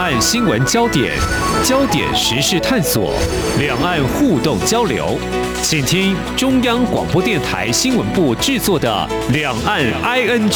岸新闻焦点，焦点时事探索，两岸互动交流，请听中央广播电台新闻部制作的《两岸 ING》。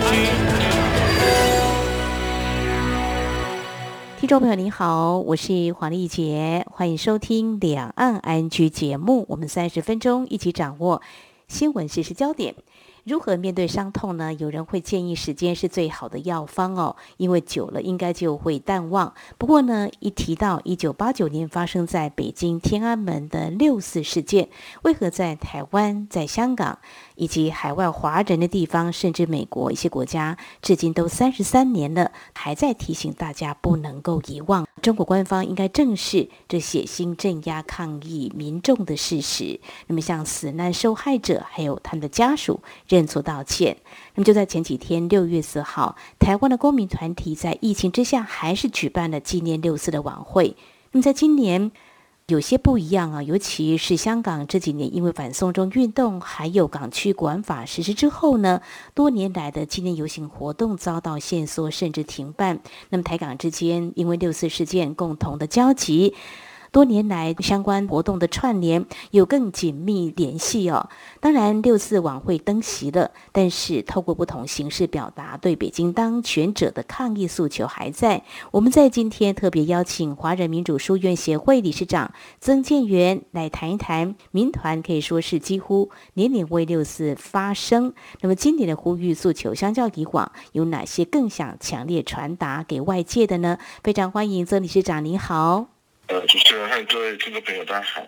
听众朋友您好，我是黄丽杰，欢迎收听《两岸 ING》节目。我们30分钟一起掌握新闻时事焦点。如何面对伤痛呢？有人会建议时间是最好的药方哦，因为久了应该就会淡忘。不过呢，一提到1989年发生在北京天安门的6·4事件，为何在台湾、在香港以及海外华人的地方，甚至美国一些国家，至今都33年了，还在提醒大家不能够遗忘。中国官方应该正视这血腥镇压抗议民众的事实，那么向死难受害者还有他们的家属认错道歉。那么就在前几天6月4号，台湾的公民团体在疫情之下还是举办了纪念6·4的晚会。那么在今年有些不一样啊，尤其是香港这几年因为反送中运动还有港区国安法实施之后呢，多年来的纪念游行活动遭到限缩甚至停办。那么台港之间因为6·4事件共同的交集，多年来相关活动的串联有更紧密联系哦。当然6·4晚会登席了，但是透过不同形式表达对北京当权者的抗议诉求还在。我们在今天特别邀请华人民主书院协会理事长曾建元来谈一谈，民团可以说是几乎年年为6·4发声。那么今年的呼吁诉求相较以往有哪些更想强烈传达给外界的呢？非常欢迎曾理事长，您好。 主持人和各位听众朋友大家好。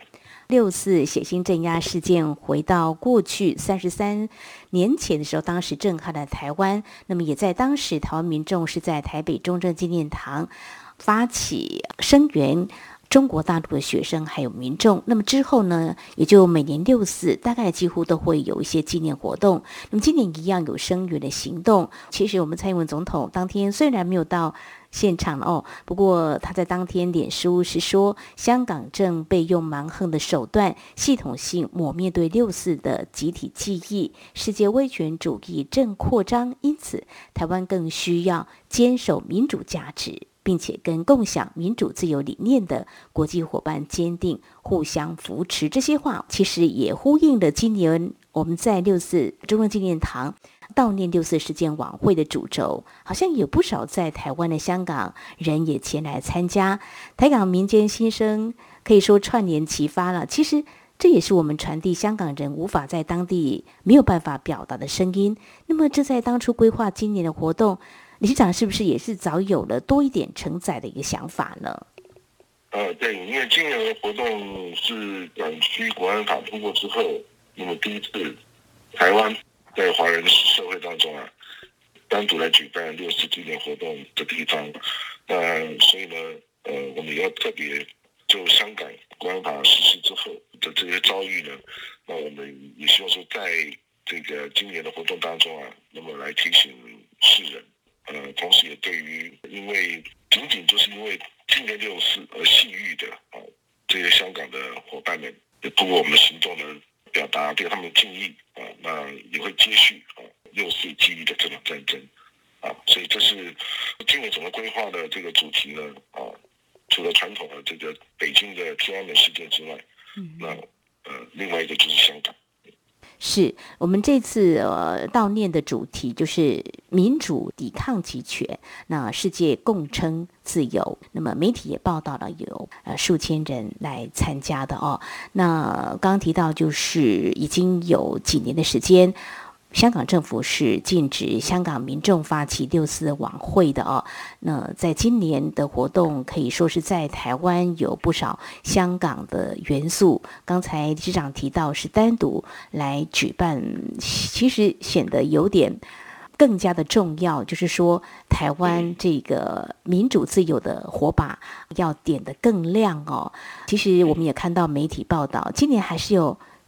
6·4血腥镇压事件回到过去33年前的时候，当时震撼了台湾。那么也在当时，台湾民众是在台北中正纪念堂发起声援中国大陆的学生还有民众。那么之后呢，也就每年6·4大概几乎都会有一些纪念活动。那么今年一样有声援的行动。其实我们蔡英文总统当天虽然没有到现场哦，不过他在当天脸书是说，香港正被用蛮横的手段系统性抹灭对6·4的集体记忆，世界威权主义正扩张，因此台湾更需要坚守民主价值，并且跟共享民主自由理念的国际伙伴坚定互相扶持。这些话其实也呼应了今年我们在6·4中正纪念堂悼念6·4事件晚会的主轴，好像有不少在台湾的香港人也前来参加。台港民间心声可以说串联齐发了。其实这也是我们传递香港人无法在当地没有办法表达的声音。那么这在当初规划今年的活动，理事长是不是也是早有了多一点承载的一个想法呢？ 对，因为今年的活动是港区国安法通过之后，那么第一次台湾在华人社会当中单独来举办6·4纪念活动的地方。所以呢，我们也要特别就香港国安法实施之后的这些遭遇呢，那我们也希望说在这个今年的活动当中那么来提醒世人。同时也对于因为仅仅就是因为今年6·4而系狱的这些香港的伙伴们，也通过我们的行动呢，表达对他们的敬意那也会接续6·4记忆的这场战争所以这是今年整个规划的这个主题呢除了传统的这个北京的天安门事件之外，那另外一个就是香港。 是我们这次悼念的主题就是民主抵抗集权，那世界共称自由。那么媒体也报道了有数千人来参加的哦。那刚刚提到就是已经有几年的时间，香港政府是禁止香港民众发起6·4晚会的哦。那在今年的活动可以说是在台湾有不少香港的元素。刚才理事长提到是单独来举办，其实显得有点更加的重要，就是说台湾这个民主自由的火把要点得更亮哦。其实我们也看到媒体报道，今年还是有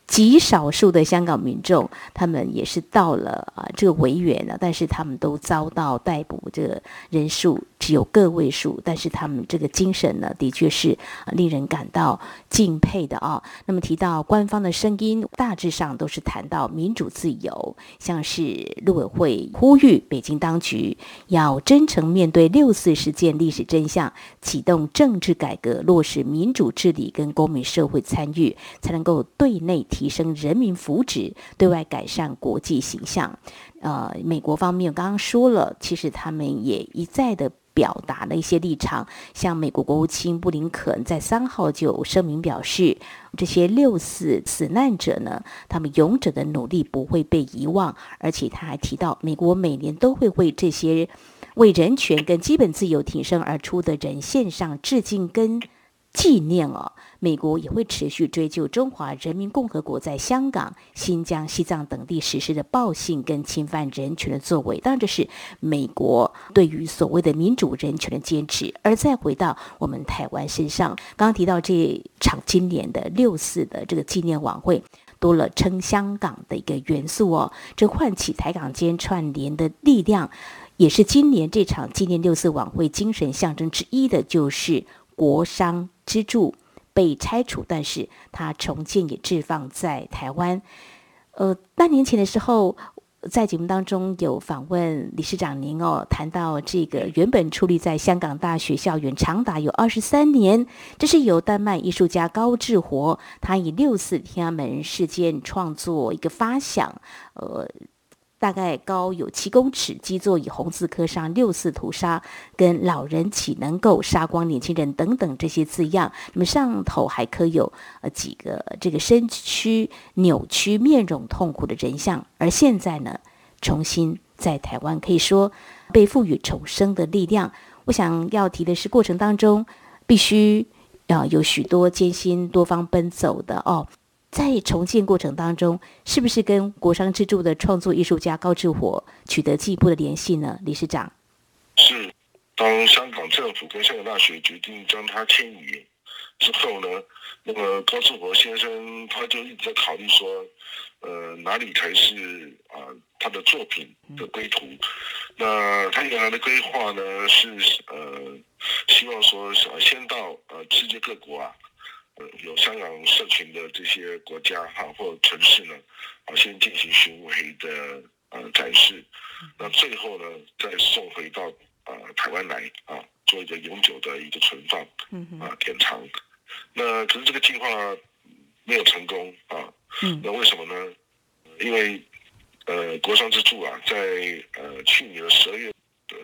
极少数的香港民众，他们也是到了这个维园了，但是他们都遭到逮捕，这个人数只有个位数，但是他们这个精神呢，的确是令人感到敬佩的啊。那么提到官方的声音，大致上都是谈到民主自由，像是陆委会呼吁北京当局要真诚面对6·4事件历史真相，启动政治改革，落实民主治理跟公民社会参与，才能够对内提升人民福祉，对外改善国际形象。美国方面刚刚说了，其实他们也一再的表达了一些立场，像美国国务卿布林肯在3号就声明表示，这些6·4死难者呢，他们勇者的努力不会被遗忘，而且他还提到，美国每年都会为这些为人权跟基本自由挺身而出的人献上致敬跟纪念哦。美国也会持续追究中华人民共和国在香港、新疆、西藏等地实施的暴行跟侵犯人权的作为，当然这是美国对于所谓的民主人权的坚持。而再回到我们台湾身上，刚刚提到这场今年的6·4的这个纪念晚会，多了称香港的一个元素哦，这唤起台港间串联的力量，也是今年这场纪念6·4晚会精神象征之一的，就是国殇之柱被拆除，但是它重建也置放在台湾。半年前的时候，在节目当中有访问理事长您哦，谈到这个原本矗立在香港大学校园长达有23年，这是由丹麦艺术家高志活，他以6·4天安门事件创作一个发想，大概高有7公尺，基座以红字刻上6·4屠杀跟老人岂能够杀光年轻人等等这些字样。那么上头还刻有几个这个身躯扭曲、面容痛苦的人像。而现在呢，重新在台湾可以说被赋予重生的力量。我想要提的是，过程当中必须有许多艰辛多方奔走的哦。在重建过程当中，是不是跟国殇之柱的创作艺术家高志活取得进一步的联系呢？理事长， 是当香港政府跟香港大学决定将它迁移之后呢，那么高志活先生他就一直在考虑说，哪里才是他的作品的归途。那他原来的规划呢是希望说先到世界各国有香港社群的这些国家或城市呢，先进行巡回的展示，那最后呢再送回到台湾来做一个永久的一个存放典藏。那可是这个计划没有成功那为什么呢？因为国殇之柱在去年的12月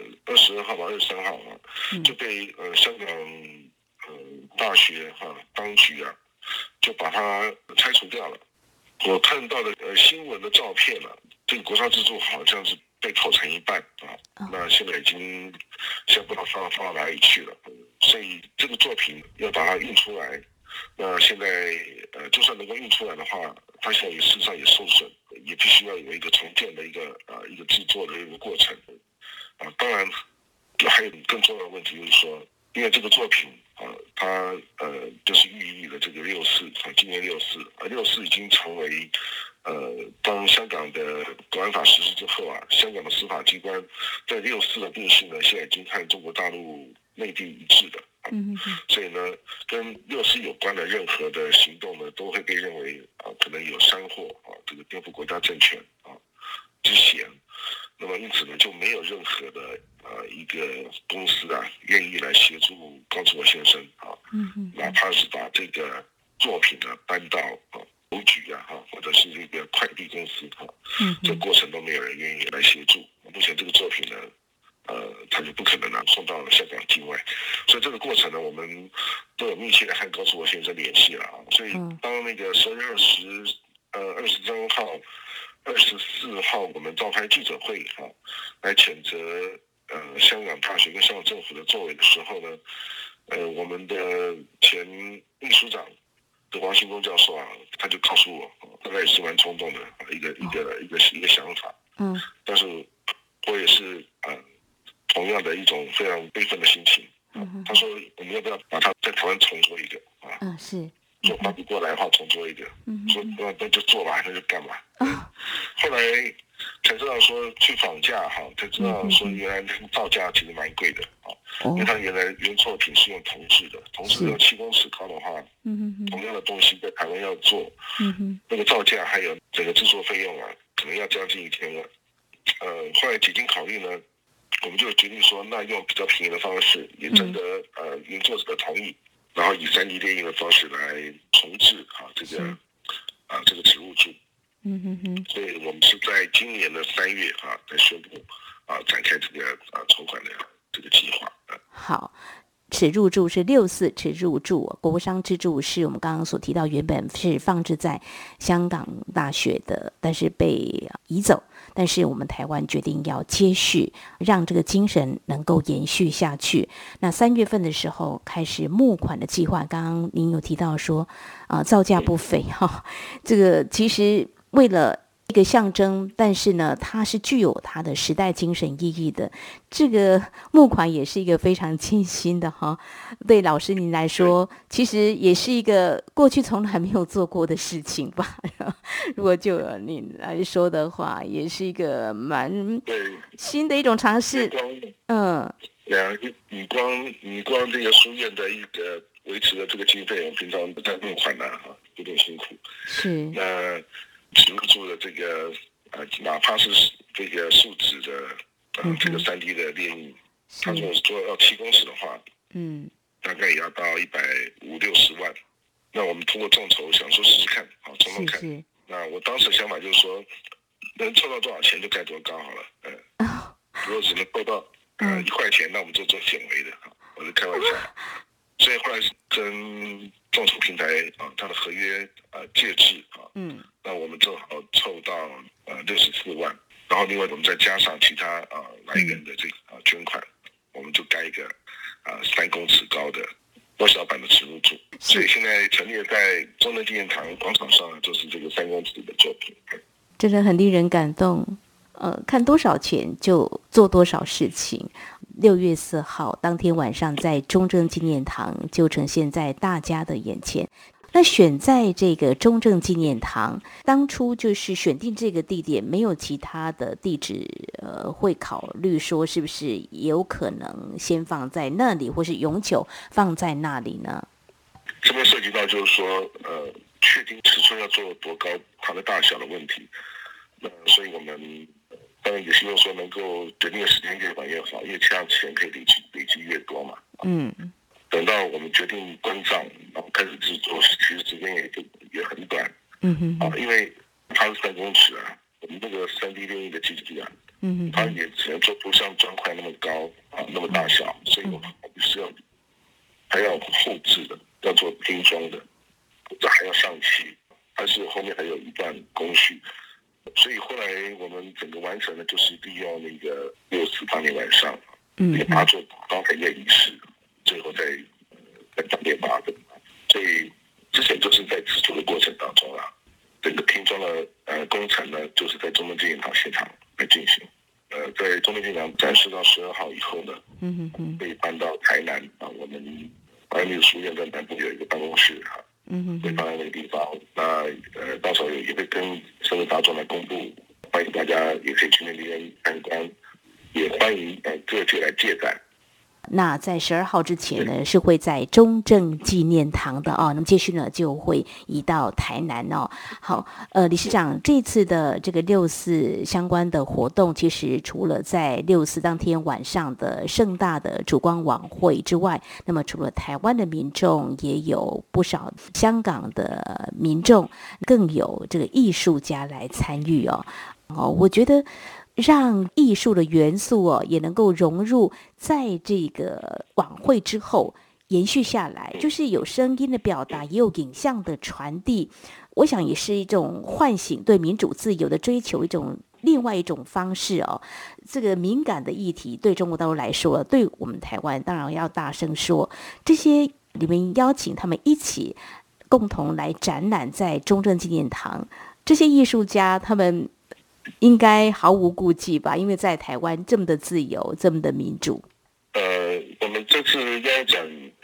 22号吧23号就被香港大学当局就把它拆除掉了。我看到的新闻的照片这个国殇之柱好像是被剖成一半那现在已经不知道放到哪里去了。所以这个作品要把它运出来，那现在就算能够运出来的话，它现在事实上也受损，也必须要有一个重建的一个制作的一个过程当然还有更重要的问题就是说，因为这个作品它就是寓意了这个6·4今年6·4已经成为当香港的国安法实施之后香港的司法机关在6·4的定性呢，现在已经和中国大陆内地一致的所以呢，跟6·4有关的任何的行动呢，都会被认为可能有煽惑这个颠覆国家政权之嫌。那么因此呢，就没有任何的一个公司愿意来协助高志活先生哪怕是把这个作品搬到邮局或者是这个快递公司这个过程都没有人愿意来协助。目前这个作品呢他就不可能送到香港境外，所以这个过程呢，我们都有密切的和高志活先生联系了所以当那个12月23号、24号我们召开记者会来谴责香港大学跟香港政府的作为的时候呢，我们的前秘书长的王新忠教授他就告诉我，大概也是蛮冲动的一个想法但是我也是同样的一种非常悲愤的心情他说我们要不要把它在台湾重做一个是划不过来的话重做一个，说那就做吧，那就干嘛。后来才知道说去访价哈，才知道说原来造价其实蛮贵的啊，因为它原来原作品是用铜制的，铜制有7公尺高的话，同样的东西在台湾要做，那个造价还有整个制作费用啊，可能要将近1000万。后来几经考虑呢，我们就决定说，那用比较便宜的方式，也征得原作者的同意，然后以3D 列印的方式来重制这个植物柱。所以我们是在今年的3月才宣布展开这个筹款的这个计划。 好。齿入柱是64齿入柱，国殇之柱是我们刚刚所提到原本是放置在香港大学的，但是被移走，但是我们台湾决定要接续，让这个精神能够延续下去。那3月份的时候开始募款的计划，刚刚您有提到说造价不菲这个其实为了一个象征，但是呢它是具有它的时代精神意义的，这个募款也是一个非常尽心的对老师您来说其实也是一个过去从来没有做过的事情吧如果就你来说的话，也是一个蛮新的一种尝试。 你光这个书院的一个维持的这个经费，我们平常在募款有点辛苦。 是那植入柱的这个哪怕是这个树脂的这个3D 的列印，它如果做要7公尺的话，大概也要到150-160万。那我们通过众筹想说试试看，冲看。那我当时的想法就是说，能凑到多少钱就盖多高好了。如果只能凑到1块钱，那我们就做显微的，我是开玩笑。所以后来是跟众筹平台它的合约借制那我们正好凑到64万，然后另外我们再加上其他来源的这个捐款，我们就盖一个3公尺高的缩小版的植入柱，所以现在陈列在中正纪念堂广场上就是这个3公尺的作品。 真的很令人感动。看多少钱就做多少事情。6月4号当天晚上在中正纪念堂就呈现在大家的眼前。那选在这个中正纪念堂，当初就是选定这个地点，没有其他的地址会考虑说是不是有可能先放在那里，或是永久放在那里呢？ 这边涉及到就是说确定尺寸要做多高，它的大小的问题。所以我们当然也希望说能够决定的时间越晚越好，因为这样钱可以累积越多嘛。等到我们决定关账，然后开始制作，其实时间也很短。因为它是3公尺我们那个3D 列印的机器它也只能做出像砖块那么高那么大小，所以我们是还要后置的，要做拼装的，这还要上漆，还是后面还有一段工序。所以后来我们整个完成的就是利用那个6月4当天晚上，给它做高台宴仪式，最后再当天把它。所以之前就是在制作的过程当中整个拼装的工程呢，就是在中正纪念堂现场来进行。在中正纪念堂展示到12号以后呢，被搬到台南我们华人历史书院在南部有一个办公室会放在那个地方。那到时候也会跟社会大众来公布，欢迎大家也可以去那边参观，也欢迎各界来借展。 那在12号之前呢，是会在中正纪念堂的那么接续呢就会移到台南好，理事长，这次的这个6·4相关的活动，其实除了在6·4当天晚上的盛大的烛光晚会之外，那么除了台湾的民众，也有不少香港的民众，更有这个艺术家来参与我觉得让艺术的元素也能够融入在这个晚会之后延续下来，就是有声音的表达，也有影像的传递，我想也是一种唤醒对民主自由的追求，另外一种方式这个敏感的议题对中国大陆来说，对我们台湾当然要大声说，这些你们邀请他们一起共同来展览在中正纪念堂，这些艺术家他们应该毫无顾忌吧，因为在台湾这么的自由，这么的民主。 我们这次邀展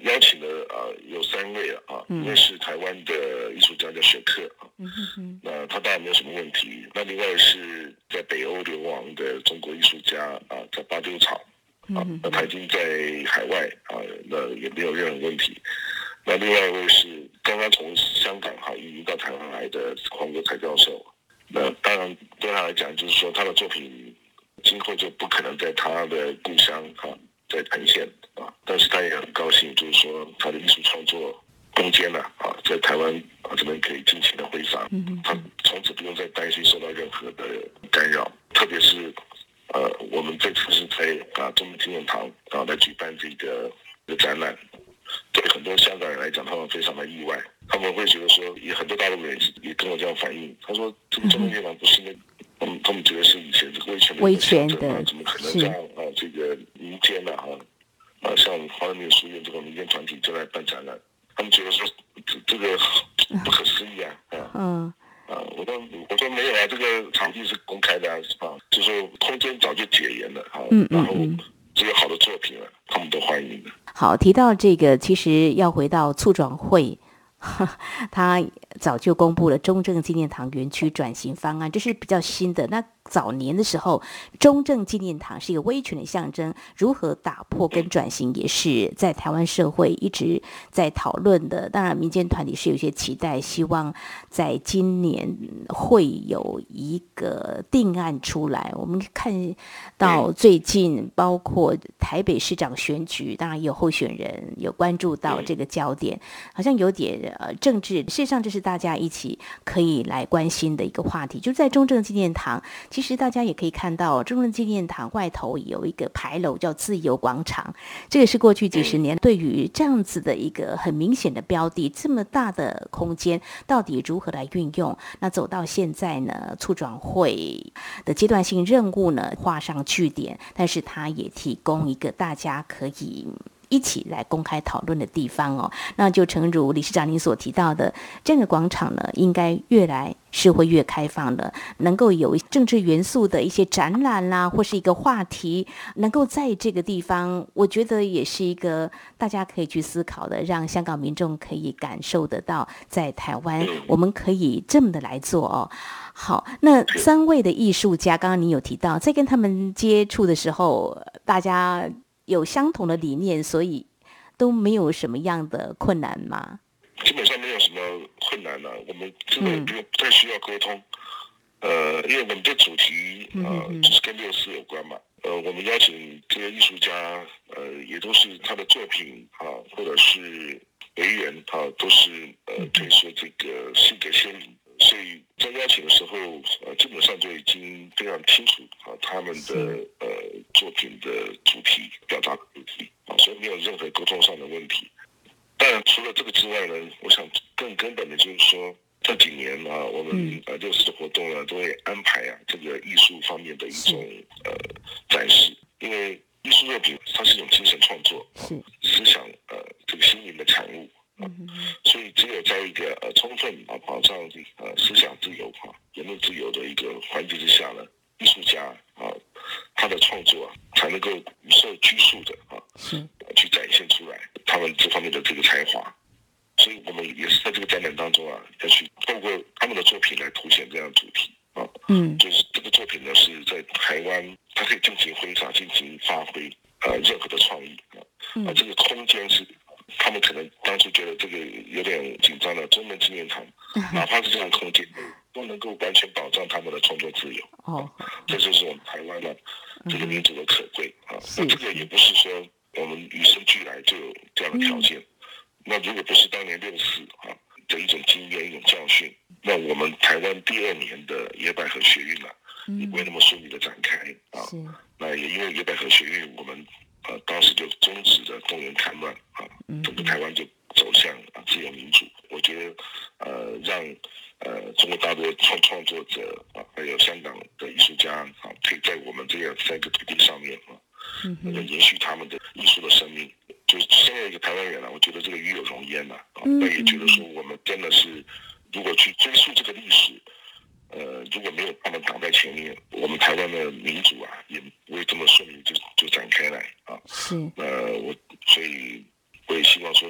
邀请了有3位一位是台湾的艺术家叫雪克那他当然没有什么问题。那另外是在北欧流亡的中国艺术家叫巴丢草那他已经在海外那也没有任何问题。那另外一位是刚刚从香港移民到台湾来的黄国才教授。那当然对他来讲，就是说他的作品今后就不可能在他的故乡再呈现但是他也很高兴，就是说他的艺术创作空间在台湾这边可以尽情的挥洒，他从此不用再担心受到任何的干扰。特别是我们这次是在中正纪念堂来举办这个展览，对很多香港人来讲，他们非常的意外，他们会觉得说，也很多大陆人也跟我这样反映，他说这个中正纪念堂不是他们觉得是以前这个威权的怎么可能让这个民间像华人民书院这种民间团体就来办展览，他们觉得说这个不可思议我说没有这个场地是公开的就是说空间早就解严了然后只有好的作品他们都欢迎的。 好，提到这个，其实要回到促转会。他早就公布了中正纪念堂园区转型方案，这是比较新的。那早年的时候，中正纪念堂是一个威权的象征，如何打破跟转型也是在台湾社会一直在讨论的。当然民间团体是有些期待，希望在今年会有一个定案出来。我们看到最近包括台北市长选举，当然也有候选人有关注到这个焦点，好像有点政治，事实上这是大家一起可以来关心的一个话题。就在中正纪念堂，其实大家也可以看到中正纪念堂外头有一个牌楼叫自由广场，这个是过去几十年对于这样子的一个很明显的标的，这么大的空间到底如何来运用。那走到现在呢，促转会的阶段性任务呢画上句点，但是它也提供一个大家可以一起来公开讨论的地方那就诚如理事长您所提到的，这个广场呢应该越来是会越开放的，能够有政治元素的一些展览啦，或是一个话题能够在这个地方，我觉得也是一个大家可以去思考的，让香港民众可以感受得到在台湾我们可以这么的来做好，那3位的艺术家刚刚您有提到，在跟他们接触的时候，大家有相同的理念，所以都没有什么样的困难吗？ 基本上没有什么困难我们真的不太需要沟通因为我们的主题就是跟64有关嘛我们邀请这些艺术家也都是他的作品或者是为人都是可以说这个性格鲜明，所以在邀请的时候基本上就已经非常清楚他们的作品的主题表达的主题所以没有任何沟通上的问题。当然除了这个之外呢，我想更根本的就是说这几年我们60的活动呢都会安排这个艺术方面的一种展示，因为艺术作品它是一种精神创作思想这个心灵的产物所以只有在一个充分保障思想自由言论自由的一个环境之下呢，艺术家他的创作才能够不受拘束的去展现出来他们这方面的这个才华。所以我们也是在这个展览当中要去透过他们的作品来凸显这样的主题就是这个作品呢是在台湾它可以尽情挥洒尽情发挥任何的创意这个空间是他们可能当初觉得这个有点紧张的中正纪念堂哪怕是这样的空间都能够完全保障他们的创作自由这就是我们台湾的这个民主的可贵那这个也不是说我们与生俱来就有这样的条件那如果不是当年64的一种经验一种教训，那我们台湾第2年的野百合学运也不会那么顺利的展开那也因为野百合学运我们当时就终止了动员戡乱整个台湾就走向自由民主。我觉得让中国大陆的创作者还有香港的艺术家可以在我们这样3个土地上面能够延续他们的艺术的生命。就是身为一个台湾人我觉得这个与有荣焉但也觉得说我们真的是如果去追溯这个历史如果没有他们挡在前面，我们台湾的民主也不会这么顺利就展开来所以我也希望说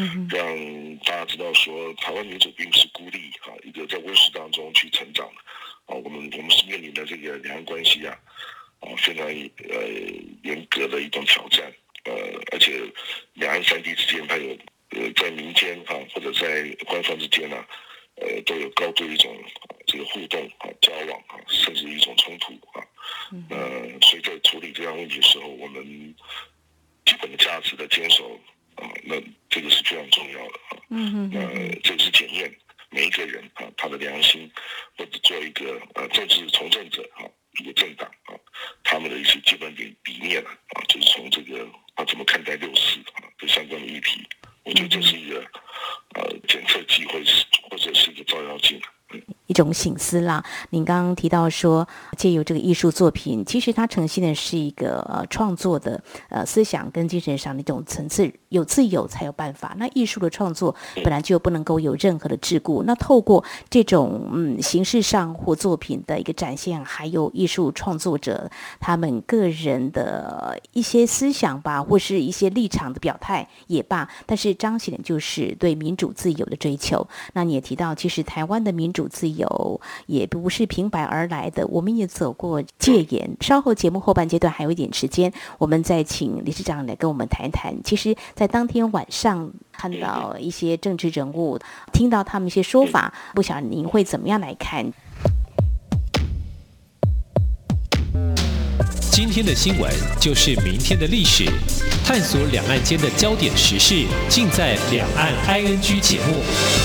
让大家知道说台湾民主并不是孤立一个在温室当中去成长的我们是面临的这个两岸关系非常严格的一种挑战而且两岸三地之间它有在民间或者在官方之间都有高度一种这个互动交往甚至一种冲突所以在处理这样问题的时候，我们基本的价值的坚守那这个是非常重要的这是检验每一个人他的良心，或者做一个政治从政者一个政党他们的一些基本理念就是从这个他怎么看待6·4这相关的议题，我觉得这是一个检测机会，或者是一个照妖镜。 一种省思啦。您刚刚提到说，借由这个艺术作品，其实它呈现的是一个创作的思想跟精神上的一种层次，有自由才有办法。那艺术的创作本来就不能够有任何的桎梏，那透过这种形式上或作品的一个展现，还有艺术创作者他们个人的一些思想吧，或是一些立场的表态也罢，但是彰显的就是对民主自由的追求。那你也提到，其实台湾的民主自由也不是平白而来的，我们也走过戒严。稍后节目后半阶段还有一点时间，我们再请理事长来跟我们谈谈。其实在当天晚上看到一些政治人物，听到他们一些说法，不晓得您会怎么样来看？ 今天的新闻就是明天的历史，探索两岸间的焦点时事，尽在两岸 ING 节目。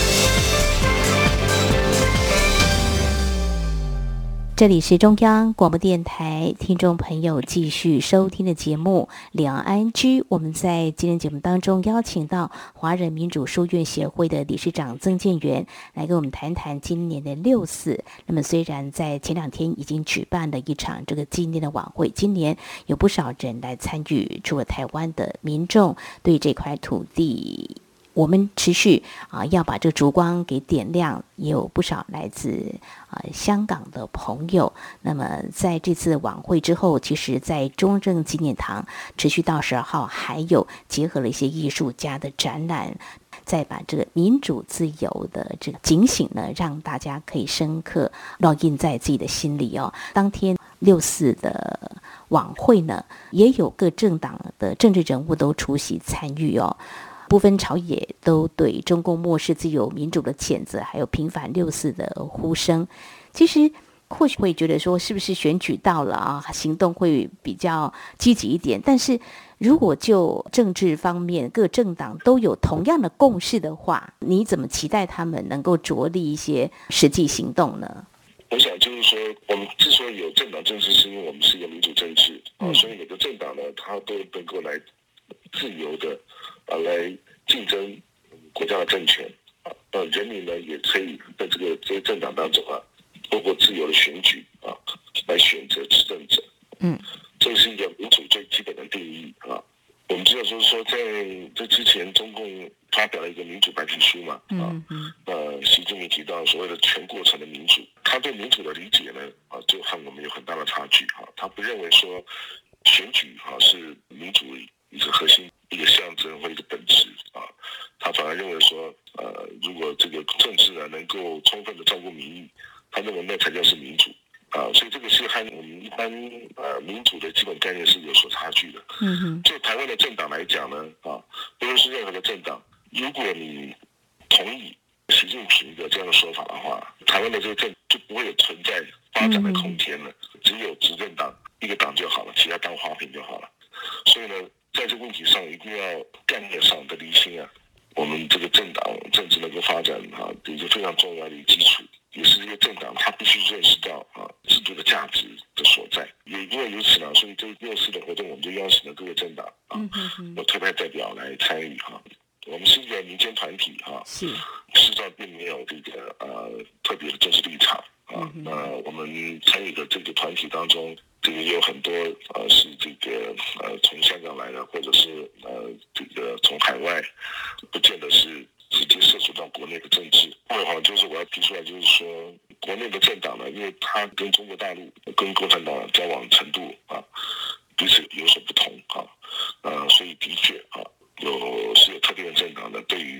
这里是中央广播电台，听众朋友继续收听的节目两岸 ING。我们在今天节目当中邀请到华人民主书院协会的理事长曾建元来跟我们谈谈今年的6·4。那么虽然在前2天已经举办了一场这个纪念的晚会，今年有不少人来参与，除了台湾的民众对这块土地我们持续要把这个烛光给点亮，也有不少来自香港的朋友。那么在这次晚会之后，其实在中正纪念堂持续到12号，还有结合了一些艺术家的展览，再把这个民主自由的这个警醒呢，让大家可以深刻烙印在自己的心里哦。当天6·4的晚会呢，也有各政党的政治人物都出席参与哦。部分朝野都对中共漠视自由民主的谴责，还有平反6·4的呼声。其实或许会觉得说，是不是选举到了行动会比较积极一点？但是如果就政治方面各政党都有同样的共识的话，你怎么期待他们能够着力一些实际行动呢？ 我想就是说，我们之所以有政党政治，是因为我们是一个民主政治所以每个政党呢，它都能够来自由的来竞争国家的政权人民呢也可以在这些政党当中透过自由的选举来选择执政者。这是一个民主最基本的定义我们知道说在这之前，中共发表了一个民主白皮书嘛习近平提到所谓的全过程的民主，他对民主的理解呢就和我们有很大的差距他不认为说选举是民主一个核心一个象征或一个本质他反而认为说如果这个政治能够充分的照顾民意，他认为那才叫是民主所以这个是和我们一般民主的基本概念是有所差距的。就台湾的政党来讲呢不论是任何的政党，如果你同意习近平的这样的说法的话，台湾的这个政就不会有存在发展的空间了，只有执政党一个党就好了，其他当花瓶就好了。所以呢，在这个问题上一定要概念上的厘清我们这个政党政治能够发展一个非常重要的一个基础，也是这个政党它必须认识到制度的价值的所在。也因为如此所以这6·4的活动，我们就邀请了各个政党有特派代表来参与我们是一个民间团体事实上并没有这个特别的政治立场那我们参与的这个团体当中，这个也有很多是这个从香港来的，或者是这个从海外，不见得是直接涉及到国内的政治。就是我要提出来，就是说国内的政党呢，因为它跟中国大陆、跟共产党交往程度彼此有所不同所以的确是有特定的政党呢，对于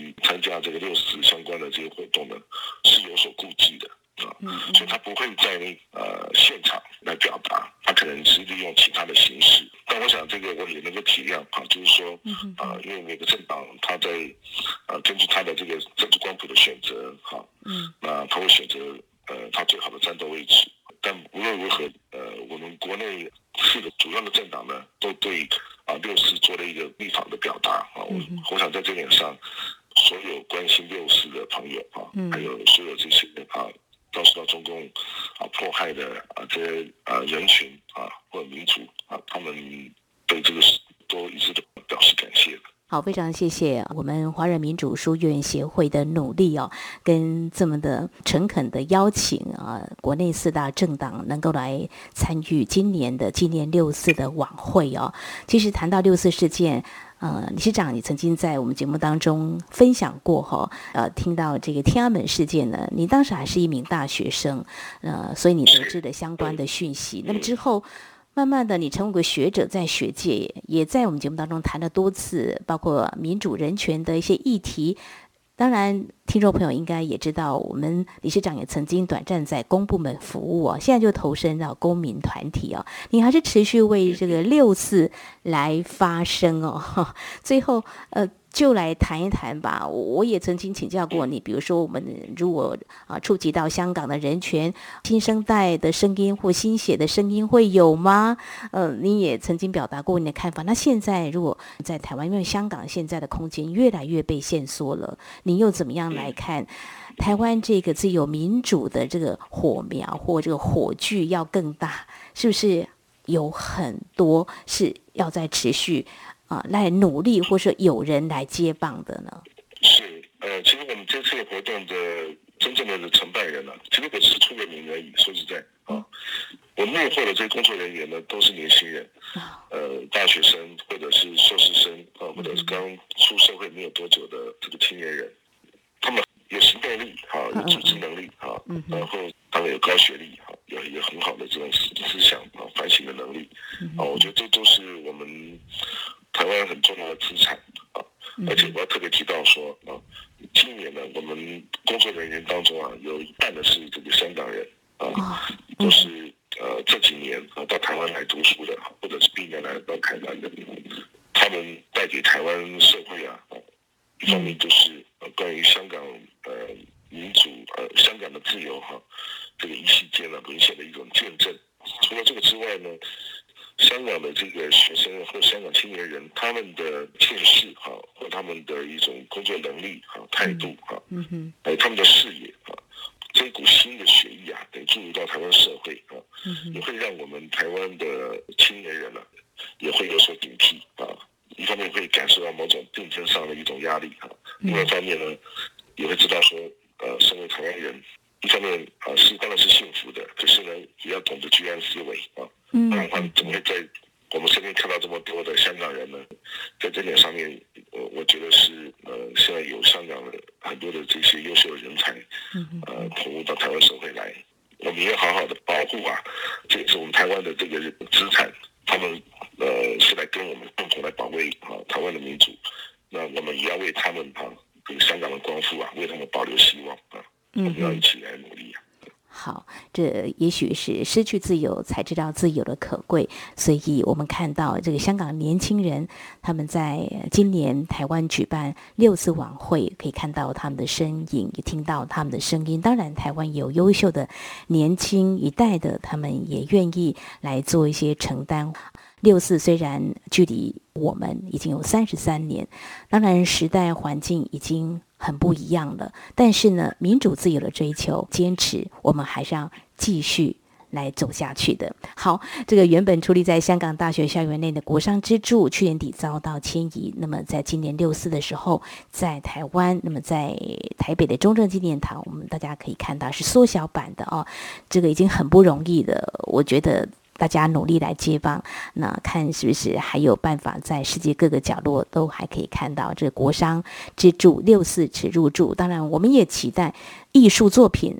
用其他的形式。但我想这个我也能够体谅就是说因为每个政党他在根据他的这个政治光谱的选择那他会选择他最好的战斗位置。但无论如何我们国内4个主要的政党呢都对6·4做了一个立场的表达我想在这点上所有关心6·4的朋友还有所有这些遭受到中共迫害的这些人群或者民族他们对这个都一致的表示感谢。 好，非常谢谢我们华人民主书院协会的努力跟这么的诚恳的邀请国内4大政党能够来参与今年的纪念6·4的晚会其实谈到6·4事件理事长，你曾经在我们节目当中分享过听到这个天安门事件呢，你当时还是一名大学生，所以你得知的相关的讯息。那么之后，慢慢的你成为个学者，在学界也在我们节目当中谈了多次，包括民主人权的一些议题。当然，听众朋友应该也知道，我们理事长也曾经短暂在公部门服务现在就投身到公民团体你还是持续为这个6·4来发声最后就来谈一谈吧。我也曾经请教过你，比如说我们如果触及到香港的人权，新生代的声音或新血的声音会有吗？你也曾经表达过你的看法。那现在如果在台湾，因为香港现在的空间越来越被限缩了，你又怎么样来看台湾这个自由民主的这个火苗或这个火炬要更大？是不是有很多是要再持续来努力，或是有人来接棒的呢？ 是，其实我们这次活动的真正的承办人其实我只是出个名而已。说实在我幕后的这些工作人员呢，都是年轻人，大学生或者是硕士生或者是刚出社会没有多久的这个青年人，他们有行动力有组织能力然后他们有高学历有很好的这种思想反省的能力我觉得这都是我们台湾很重要的资产而且我要特别提到说今年呢，我们工作人员当中有一半的是这个香港人都是这几年到台湾来读书的，或者是毕业来到台湾的，他们带给台湾社会一方面就是关于香港民主香港的自由这个一夕间沦陷的一种见证。除了这个之外呢，香港的这个学生或香港青年人，他们的见识或他们的一种工作能力态度还有他们的视野这一股新的血液得注入到台湾社会也会让我们台湾的青年人也会有所警惕一方面会感受到某种竞争上的一种压力另外一方面呢，也会知道说身为台湾人，一方面当然是幸福的，可是呢也要懂得居安思危不然的话怎么会在我们身边看到这么多的香港人呢？在这点上面我觉得是现在有香港的很多的这些优秀的人才投入到台湾社会来，我们也好好的保护这也是我们台湾的这个资产，他们是来跟我们共同来保卫台湾的民主，那我们也要为他们这个香港的光复为他们保留希望我们要一起来努力好，这也许是失去自由才知道自由的可贵，所以我们看到这个香港年轻人他们在今年台湾举办6·4晚会，可以看到他们的身影，也听到他们的声音。当然台湾有优秀的年轻一代的，他们也愿意来做一些承担。6·4虽然距离我们已经有33年，当然时代环境已经很不一样了，但是呢，民主自由的追求坚持，我们还是要继续来走下去的。好，这个原本矗立在香港大学校园内的国商支柱，去年底遭到迁移，那么在今年6·4的时候，在台湾，那么在台北的中正纪念堂，我们大家可以看到是缩小版的这个已经很不容易的，我觉得大家努力来接棒，那看是不是还有办法在世界各个角落都还可以看到这个国商支柱6·4耻入驻。当然我们也期待艺术作品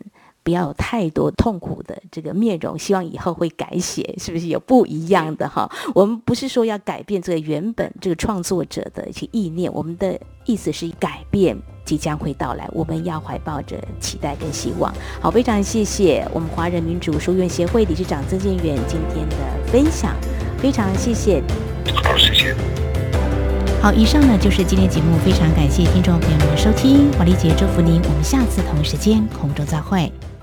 不要有太多痛苦的这个面容，希望以后会改写，是不是有不一样的哈？我们不是说要改变这个原本这个创作者的一些意念，我们的意思是改变即将会到来，我们要怀抱着期待跟希望。好，非常谢谢我们华人民主书院协会理事长曾建元今天的分享，非常谢谢。 好，谢谢。 好，以上呢就是今天节目，非常感谢听众朋友们的收听，华丽姐祝福您，我们下次同一时间空中再会。